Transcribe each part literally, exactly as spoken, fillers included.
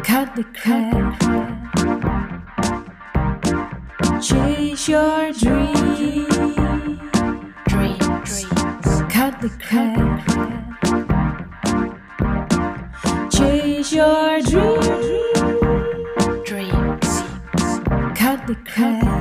Cut the crap. Chase your dreams. Dreams. Cut the crap. Chase your dreams. Dreams. Cut the crap.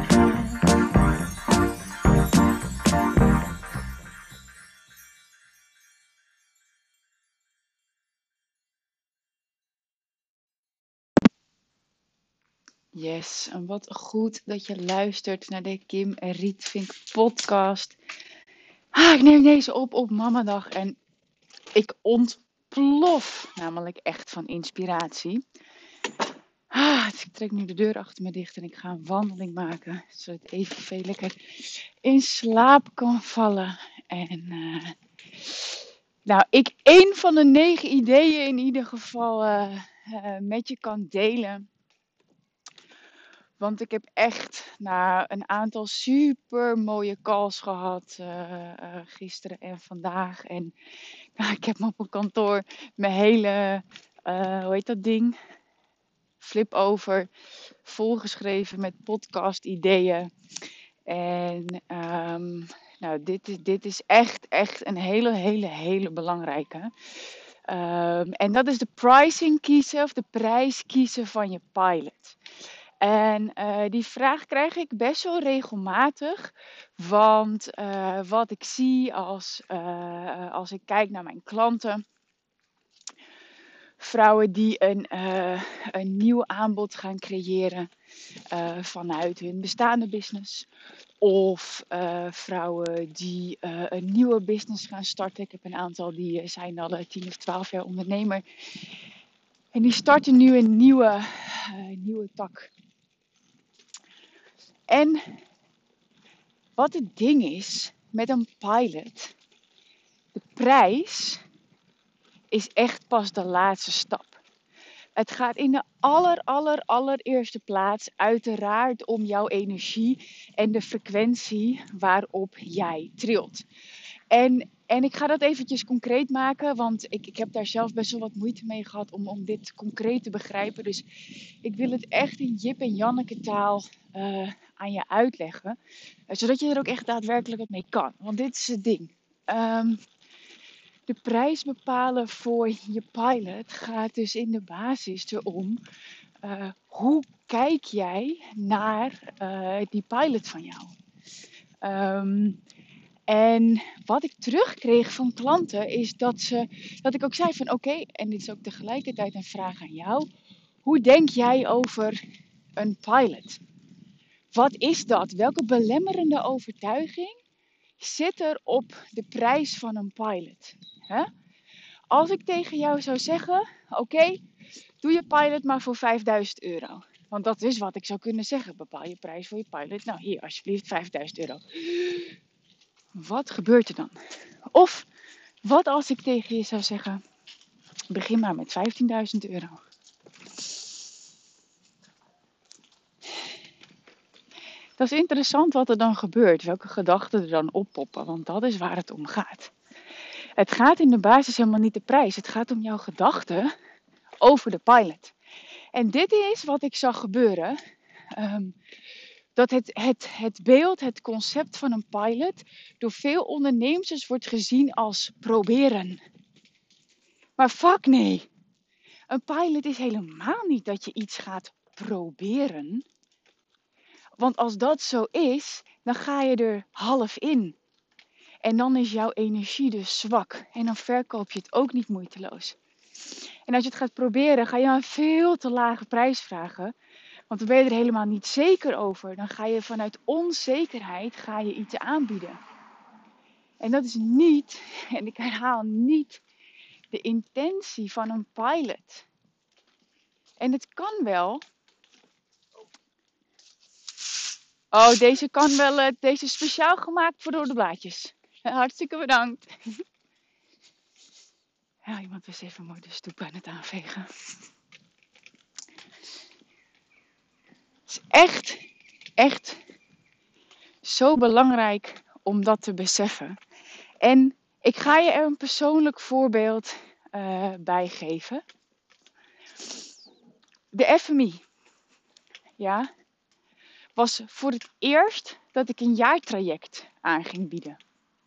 Yes, en wat goed dat je luistert naar de Kim en Rietvink podcast. Ah, ik neem deze op op mamadag en ik ontplof namelijk echt van inspiratie. Ah, dus ik trek nu de deur achter me dicht en ik ga een wandeling maken. Zodat ik even veel lekker in slaap kan vallen. En uh, nou, ik één van de negen ideeën in ieder geval uh, uh, met je kan delen. Want ik heb echt nou, een aantal super mooie calls gehad uh, uh, gisteren en vandaag. En nou, ik heb op mijn kantoor mijn hele, uh, hoe heet dat ding? Flip over, volgeschreven met podcast ideeën. En um, nou, dit, is, dit is echt, echt een hele, hele, hele belangrijke. Um, en dat is de pricing kiezen of de prijs kiezen van je pilot. En uh, die vraag krijg ik best wel regelmatig. Want uh, wat ik zie als, uh, als ik kijk naar mijn klanten. Vrouwen die een, uh, een nieuw aanbod gaan creëren uh, vanuit hun bestaande business. Of uh, vrouwen die uh, een nieuwe business gaan starten. Ik heb een aantal die uh, zijn al tien of twaalf jaar ondernemer. En die starten nu een nieuwe, uh, nieuwe tak. En wat het ding is met een pilot, de prijs is echt pas de laatste stap. Het gaat in de aller, aller, allereerste plaats uiteraard om jouw energie en de frequentie waarop jij trilt. En, en ik ga dat eventjes concreet maken, want ik, ik heb daar zelf best wel wat moeite mee gehad om, om dit concreet te begrijpen. Dus ik wil het echt in Jip en Janneke taal uh, aan je uitleggen, uh, zodat je er ook echt daadwerkelijk wat mee kan. Want dit is het ding. Um, de prijs bepalen voor je pilot gaat dus in de basis erom, uh, hoe kijk jij naar uh, die pilot van jou? Um, En wat ik terugkreeg van klanten is dat, ze, dat ik ook zei van oké, okay, en dit is ook tegelijkertijd een vraag aan jou. Hoe denk jij over een pilot? Wat is dat? Welke belemmerende overtuiging zit er op de prijs van een pilot? Hè? Als ik tegen jou zou zeggen, oké, okay, doe je pilot maar voor vijfduizend euro. Want dat is wat ik zou kunnen zeggen. Bepaal je prijs voor je pilot. Nou hier, alsjeblieft, vijfduizend euro. Wat gebeurt er dan? Of wat als ik tegen je zou zeggen, begin maar met vijftienduizend euro. Dat is interessant wat er dan gebeurt, welke gedachten er dan oppoppen, want dat is waar het om gaat. Het gaat in de basis helemaal niet de prijs, het gaat om jouw gedachten over de pilot. En dit is wat ik zag gebeuren, um, dat het, het, het beeld, het concept van een pilot door veel ondernemers wordt gezien als proberen. Maar fuck nee. Een pilot is helemaal niet dat je iets gaat proberen. Want als dat zo is, dan ga je er half in. En dan is jouw energie dus zwak. En dan verkoop je het ook niet moeiteloos. En als je het gaat proberen, ga je een veel te lage prijs vragen. Want dan ben je er helemaal niet zeker over. Dan ga je vanuit onzekerheid ga je iets aanbieden. En dat is niet, en ik herhaal niet, de intentie van een pilot. En het kan wel. Oh, deze kan wel. Uh, deze is speciaal gemaakt voor door de blaadjes. Uh, hartstikke bedankt. Ja, iemand was even mooi de stoep aan het aanvegen. Het is echt, echt zo belangrijk om dat te beseffen. En ik ga je er een persoonlijk voorbeeld uh, bij geven. De F M I, ja, was voor het eerst dat ik een jaartraject aan ging bieden.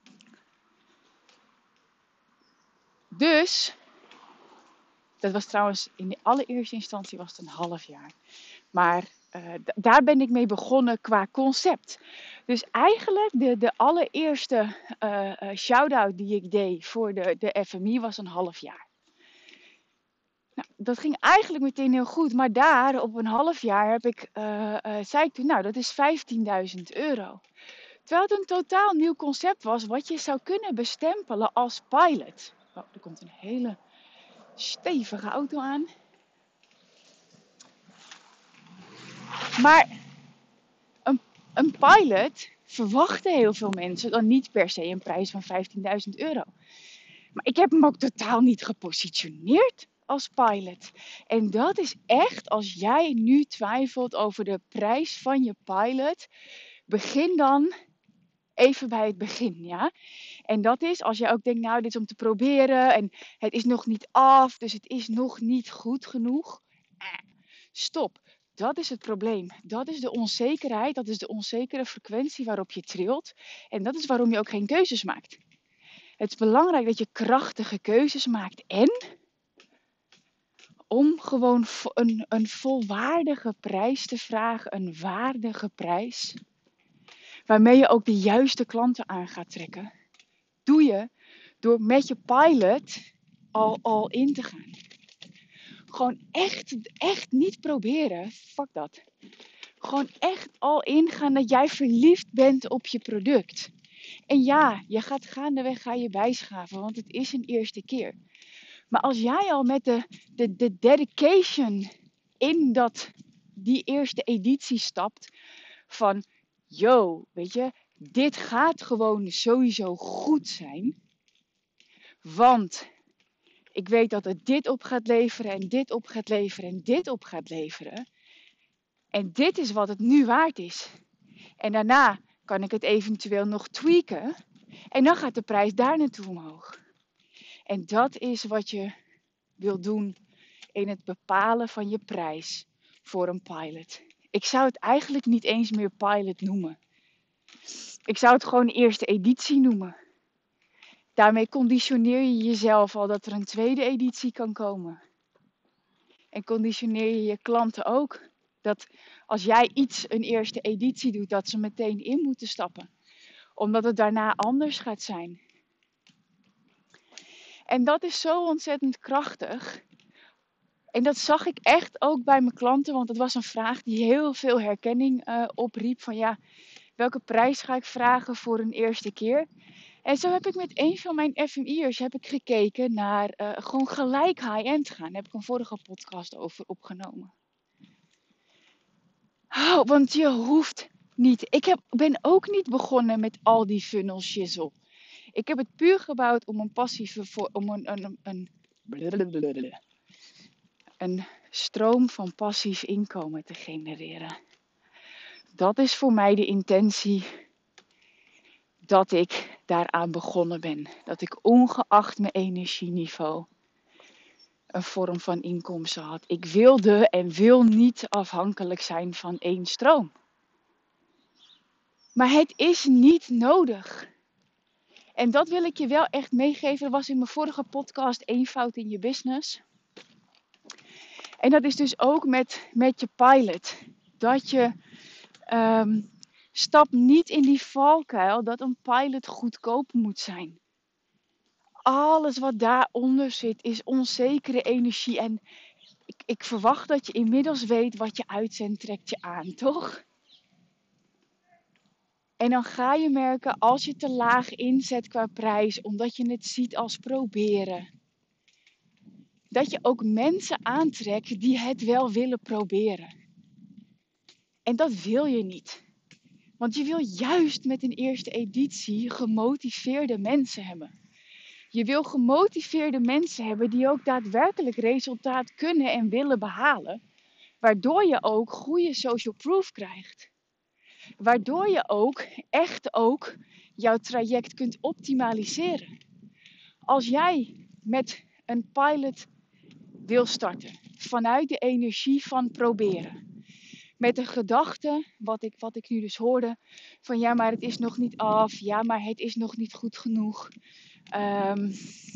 Dus, dat was trouwens in de allereerste instantie was het een half jaar. Maar uh, d- daar ben ik mee begonnen qua concept. Dus eigenlijk de, de allereerste uh, uh, shout-out die ik deed voor de, de F M I was een half jaar. Nou, dat ging eigenlijk meteen heel goed. Maar daar op een half jaar heb ik, uh, uh, zei ik toen, nou dat is vijftienduizend euro. Terwijl het een totaal nieuw concept was wat je zou kunnen bestempelen als pilot. Oh, er komt een hele stevige auto aan. Maar een, een pilot verwachten heel veel mensen dan niet per se een prijs van vijftienduizend euro. Maar ik heb hem ook totaal niet gepositioneerd als pilot. En dat is echt, als jij nu twijfelt over de prijs van je pilot, begin dan even bij het begin, ja. En dat is, als je ook denkt, nou, dit is om te proberen en het is nog niet af, dus het is nog niet goed genoeg. Stop. Dat is het probleem. Dat is de onzekerheid, dat is de onzekere frequentie waarop je trilt. En dat is waarom je ook geen keuzes maakt. Het is belangrijk dat je krachtige keuzes maakt en om gewoon een, een volwaardige prijs te vragen, een waardige prijs, waarmee je ook de juiste klanten aan gaat trekken, doe je door met je pilot al, al in te gaan. Gewoon echt, echt niet proberen, fuck dat. Gewoon echt al ingaan dat jij verliefd bent op je product. En ja, je gaat gaandeweg ga je bijschaven, want het is een eerste keer. Maar als jij al met de, de, de dedication in dat, die eerste editie stapt van, yo, weet je, dit gaat gewoon sowieso goed zijn. Want ik weet dat het dit op gaat leveren en dit op gaat leveren en dit op gaat leveren. En dit is wat het nu waard is. En daarna kan ik het eventueel nog tweaken. En dan gaat de prijs daar naartoe omhoog. En dat is wat je wil doen in het bepalen van je prijs voor een pilot. Ik zou het eigenlijk niet eens meer pilot noemen. Ik zou het gewoon eerste editie noemen. Daarmee conditioneer je jezelf al dat er een tweede editie kan komen. En conditioneer je je klanten ook. Dat als jij iets een eerste editie doet, dat ze meteen in moeten stappen. Omdat het daarna anders gaat zijn. En dat is zo ontzettend krachtig. En dat zag ik echt ook bij mijn klanten. Want het was een vraag die heel veel herkenning uh, opriep. Van ja, welke prijs ga ik vragen voor een eerste keer? En zo heb ik met een van mijn F M I'ers heb ik gekeken naar uh, gewoon gelijk high-end gaan. Daar heb ik een vorige podcast over opgenomen. Oh, want je hoeft niet. Ik heb, ben ook niet begonnen met al die funnel shizzle. Ik heb het puur gebouwd om een passieve, voor, om een, een, een, een, een stroom van passief inkomen te genereren. Dat is voor mij de intentie dat ik daaraan begonnen ben. Dat ik ongeacht mijn energieniveau een vorm van inkomsten had. Ik wilde en wil niet afhankelijk zijn van één stroom. Maar het is niet nodig. En dat wil ik je wel echt meegeven. Dat was in mijn vorige podcast eenvoud in je business. En dat is dus ook met, met je pilot. Dat je um, stap niet in die valkuil dat een pilot goedkoop moet zijn. Alles wat daaronder zit is onzekere energie. En ik, ik verwacht dat je inmiddels weet wat je uitzendt, trekt je aan, toch? En dan ga je merken als je te laag inzet qua prijs, omdat je het ziet als proberen, dat je ook mensen aantrekt die het wel willen proberen. En dat wil je niet. Want je wil juist met een eerste editie gemotiveerde mensen hebben. Je wil gemotiveerde mensen hebben die ook daadwerkelijk resultaat kunnen en willen behalen. Waardoor je ook goede social proof krijgt. Waardoor je ook echt ook jouw traject kunt optimaliseren. Als jij met een pilot wil starten vanuit de energie van proberen. Met de gedachte, wat ik, wat ik nu dus hoorde, van ja, maar het is nog niet af. Ja, maar het is nog niet goed genoeg. Um,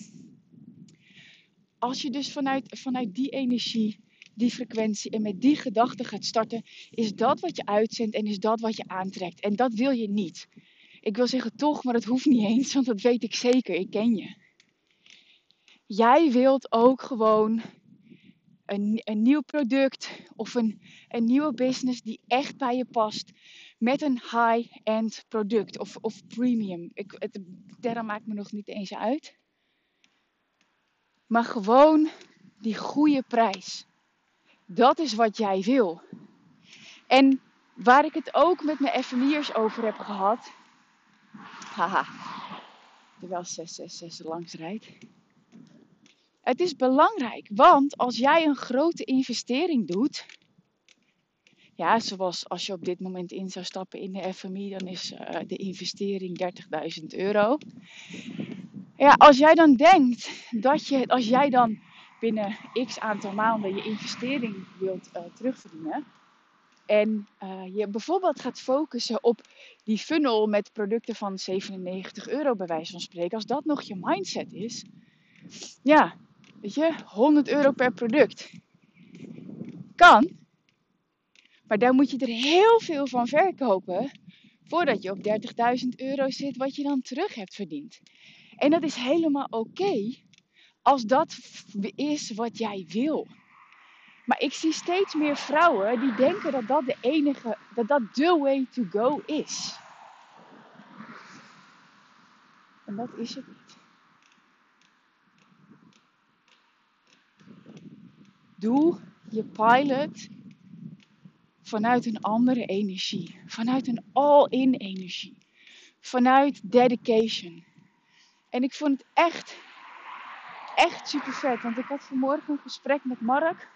als je dus vanuit, vanuit die energie, die frequentie en met die gedachte gaat starten, is dat wat je uitzendt en is dat wat je aantrekt. En dat wil je niet. Ik wil zeggen toch, maar dat hoeft niet eens, want dat weet ik zeker. Ik ken je. Jij wilt ook gewoon een, een nieuw product of een, een nieuwe business die echt bij je past met een high-end product of, of premium. Ik, het term maakt me nog niet eens uit. Maar gewoon die goede prijs. Dat is wat jij wil. En waar ik het ook met mijn F M I'ers over heb gehad. Haha. Terwijl zes zes zes langs rijdt. Het is belangrijk, want als jij een grote investering doet. Ja, zoals als je op dit moment in zou stappen in de F M I, dan is uh, de investering dertigduizend euro. Ja, als jij dan denkt dat je, als jij dan binnen x aantal maanden je investering wilt uh, terugverdienen. En uh, je bijvoorbeeld gaat focussen op die funnel met producten van zevenennegentig euro bij wijze van spreken. Als dat nog je mindset is. Ja, weet je, honderd euro per product. Kan. Maar daar moet je er heel veel van verkopen. Voordat je op dertigduizend euro zit wat je dan terug hebt verdiend. En dat is helemaal oké. Okay, als dat is wat jij wil. Maar ik zie steeds meer vrouwen die denken dat dat de enige, dat dat the way to go is. En dat is het niet. Doe je pilot vanuit een andere energie. Vanuit een all-in energie. Vanuit dedication. En ik vond het echt, echt super vet. Want ik had vanmorgen een gesprek met Mark.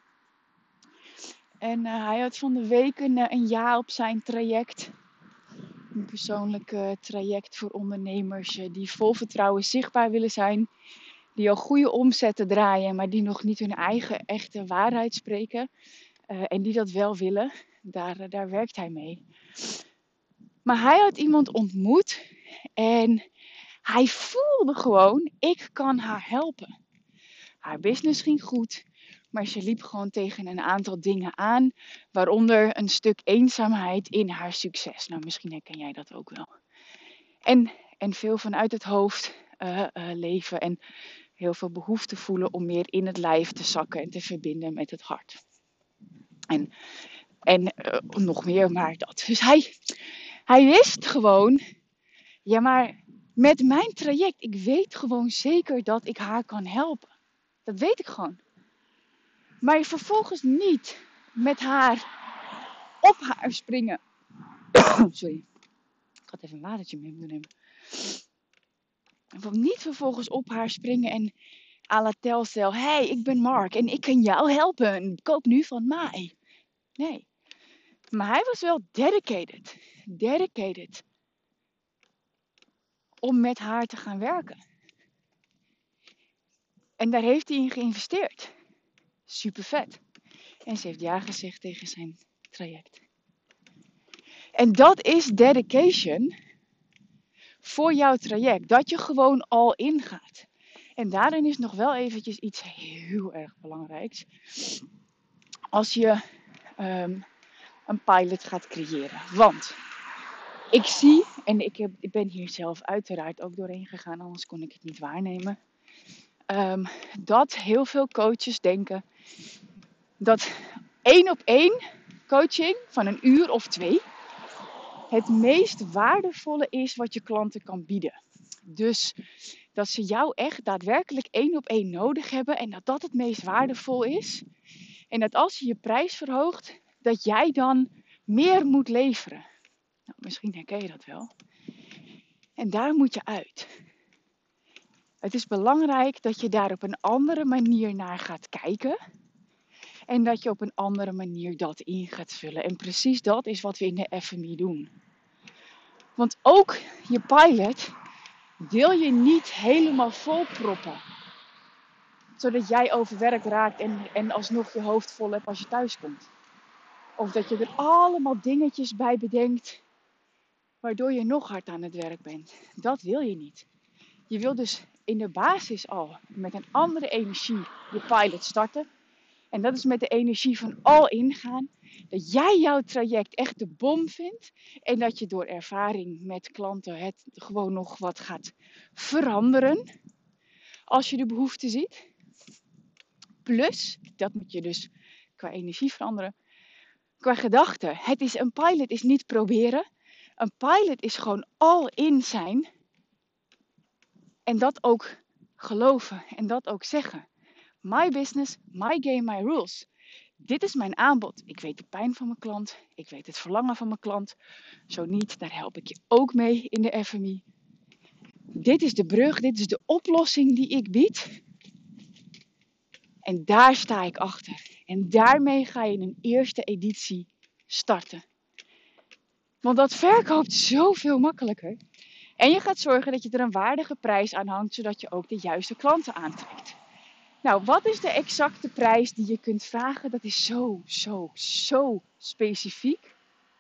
En uh, hij had van de week een, een jaar op zijn traject. Een persoonlijk uh, traject voor ondernemers uh, die vol vertrouwen zichtbaar willen zijn. Die al goede omzetten draaien, maar die nog niet hun eigen echte waarheid spreken. Uh, en die dat wel willen. Daar, uh, daar werkt hij mee. Maar hij had iemand ontmoet. En hij voelde gewoon, ik kan haar helpen. Haar business ging goed. Maar ze liep gewoon tegen een aantal dingen aan. Waaronder een stuk eenzaamheid in haar succes. Nou, misschien herken jij dat ook wel. En, en veel vanuit het hoofd uh, uh, leven. En heel veel behoefte voelen om meer in het lijf te zakken. En te verbinden met het hart. En, en uh, nog meer maar dat. Dus hij, hij wist gewoon. Ja, maar met mijn traject. Ik weet gewoon zeker dat ik haar kan helpen. Dat weet ik gewoon. Maar je vervolgens niet met haar op haar springen. Sorry. Ik had even een watertje mee moeten nemen. Niet vervolgens op haar springen en à la Telcel. Hé, hey, ik ben Mark en ik kan jou helpen. Koop nu van mij. Nee. Maar hij was wel dedicated. Dedicated. Om met haar te gaan werken. En daar heeft hij in geïnvesteerd. Super vet. En ze heeft ja gezegd tegen zijn traject. En dat is dedication voor jouw traject. Dat je gewoon all in gaat. En daarin is nog wel eventjes iets heel erg belangrijks. Als je um, een pilot gaat creëren. Want ik zie, en ik, heb, ik ben hier zelf uiteraard ook doorheen gegaan. Anders kon ik het niet waarnemen. Um, dat heel veel coaches denken dat één op één coaching van een uur of twee het meest waardevolle is wat je klanten kan bieden. Dus dat ze jou echt daadwerkelijk één op één nodig hebben en dat dat het meest waardevol is. En dat als je je prijs verhoogt, dat jij dan meer moet leveren. Nou, misschien herken je dat wel. En daar moet je uit. Het is belangrijk dat je daar op een andere manier naar gaat kijken. En dat je op een andere manier dat in gaat vullen. En precies dat is wat we in de F M I doen. Want ook je pilot wil je niet helemaal vol proppen. Zodat jij overwerkt raakt en, en alsnog je hoofd vol hebt als je thuis komt. Of dat je er allemaal dingetjes bij bedenkt, waardoor je nog hard aan het werk bent. Dat wil je niet. Je wil dus in de basis al met een andere energie je pilot starten. En dat is met de energie van all in gaan. Dat jij jouw traject echt de bom vindt. En dat je door ervaring met klanten het gewoon nog wat gaat veranderen. Als je de behoefte ziet. Plus, dat moet je dus qua energie veranderen. Qua gedachten. Het is een pilot is niet proberen. Een pilot is gewoon all in zijn. En dat ook geloven. En dat ook zeggen. My business, my game, my rules. Dit is mijn aanbod. Ik weet de pijn van mijn klant. Ik weet het verlangen van mijn klant. Zo niet, daar help ik je ook mee in de F M I. Dit is de brug, dit is de oplossing die ik bied. En daar sta ik achter. En daarmee ga je een eerste editie starten. Want dat verkoopt zoveel makkelijker. En je gaat zorgen dat je er een waardige prijs aan hangt, zodat je ook de juiste klanten aantrekt. Nou, wat is de exacte prijs die je kunt vragen? Dat is zo, zo, zo specifiek.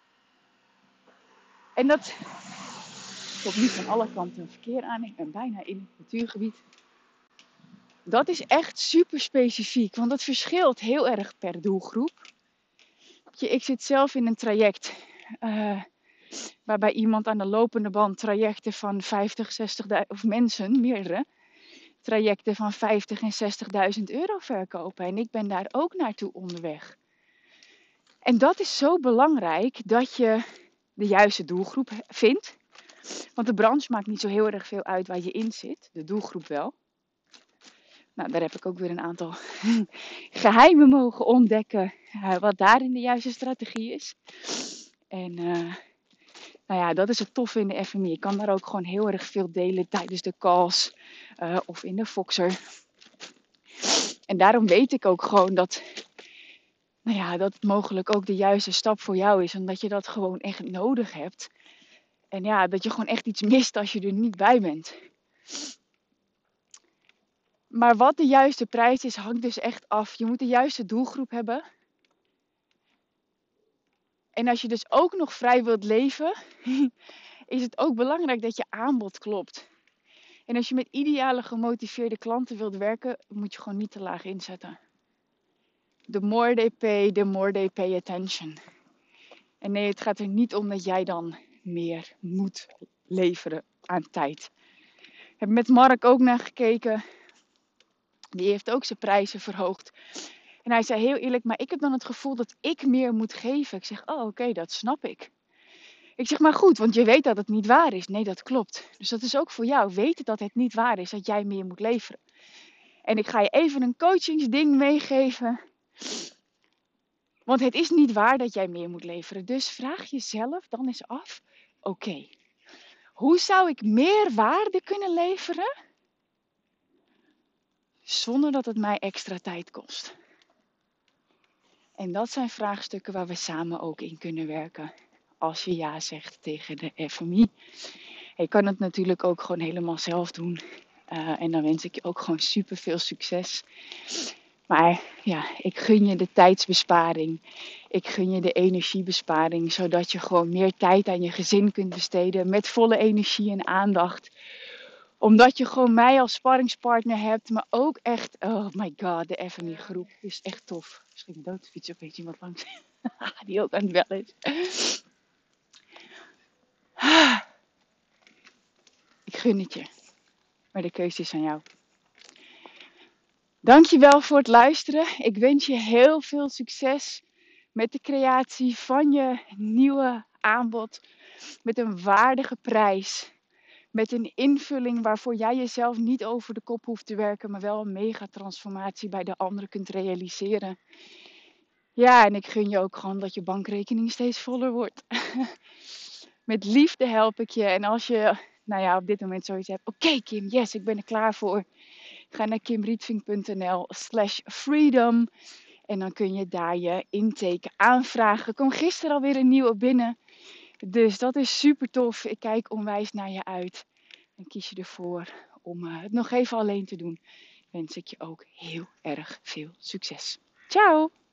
En dat komt niet van alle kanten verkeer aan. Ik ben bijna in het natuurgebied. Dat is echt super specifiek, want dat verschilt heel erg per doelgroep. Ik zit zelf in een traject uh, waarbij iemand aan de lopende band trajecten van vijftig, zestigduizend, of mensen, meerdere, trajecten van vijftig en zestigduizend euro verkopen. En ik ben daar ook naartoe onderweg. En dat is zo belangrijk dat je de juiste doelgroep vindt. Want de branche maakt niet zo heel erg veel uit waar je in zit. De doelgroep wel. Nou, daar heb ik ook weer een aantal geheimen mogen ontdekken. Uh, wat daarin de juiste strategie is. En uh, nou ja, dat is het toffe in de F M I. Je kan daar ook gewoon heel erg veel delen tijdens de calls. Uh, of in de Voxer. En daarom weet ik ook gewoon dat, nou ja, dat het mogelijk ook de juiste stap voor jou is. Omdat je dat gewoon echt nodig hebt. En ja, dat je gewoon echt iets mist als je er niet bij bent. Maar wat de juiste prijs is, hangt dus echt af. Je moet de juiste doelgroep hebben. En als je dus ook nog vrij wilt leven, is het ook belangrijk dat je aanbod klopt. En als je met ideale gemotiveerde klanten wilt werken, moet je gewoon niet te laag inzetten. The more they pay, the more they pay attention. En nee, het gaat er niet om dat jij dan meer moet leveren aan tijd. Ik heb met Mark ook naar gekeken. Die heeft ook zijn prijzen verhoogd. En hij zei heel eerlijk, maar ik heb dan het gevoel dat ik meer moet geven. Ik zeg, oh oké, okay, dat snap ik. Ik zeg, maar goed, want je weet dat het niet waar is. Nee, dat klopt. Dus dat is ook voor jou. Weten dat het niet waar is, dat jij meer moet leveren. En ik ga je even een coachingsding meegeven. Want het is niet waar dat jij meer moet leveren. Dus vraag jezelf dan eens af, oké, okay, hoe zou ik meer waarde kunnen leveren zonder dat het mij extra tijd kost? En dat zijn vraagstukken waar we samen ook in kunnen werken. Als je ja zegt tegen de F M I. Je kan het natuurlijk ook gewoon helemaal zelf doen. Uh, en dan wens ik je ook gewoon super veel succes. Maar ja, ik gun je de tijdsbesparing. Ik gun je de energiebesparing. Zodat je gewoon meer tijd aan je gezin kunt besteden. Met volle energie en aandacht. Omdat je gewoon mij als sparringspartner hebt. Maar ook echt, oh my god, de F M I groep is echt tof. Misschien een doodfiets op beetje iemand langs. Die ook aan het bellen is. Ik gun het je. Maar de keuze is aan jou. Dankjewel voor het luisteren. Ik wens je heel veel succes met de creatie van je nieuwe aanbod. Met een waardige prijs. Met een invulling waarvoor jij jezelf niet over de kop hoeft te werken. Maar wel een mega transformatie bij de anderen kunt realiseren. Ja, en ik gun je ook gewoon dat je bankrekening steeds voller wordt. Met liefde help ik je. En als je, nou ja, op dit moment zoiets hebt. Oké okay, Kim, yes, ik ben er klaar voor. Ga naar kimrietvink.nl slash freedom. En dan kun je daar je intake aanvragen. Er kwam gisteren alweer een nieuwe binnen. Dus dat is super tof. Ik kijk onwijs naar je uit. Dan kies je ervoor om uh, het nog even alleen te doen. Ik wens ik je ook heel erg veel succes. Ciao!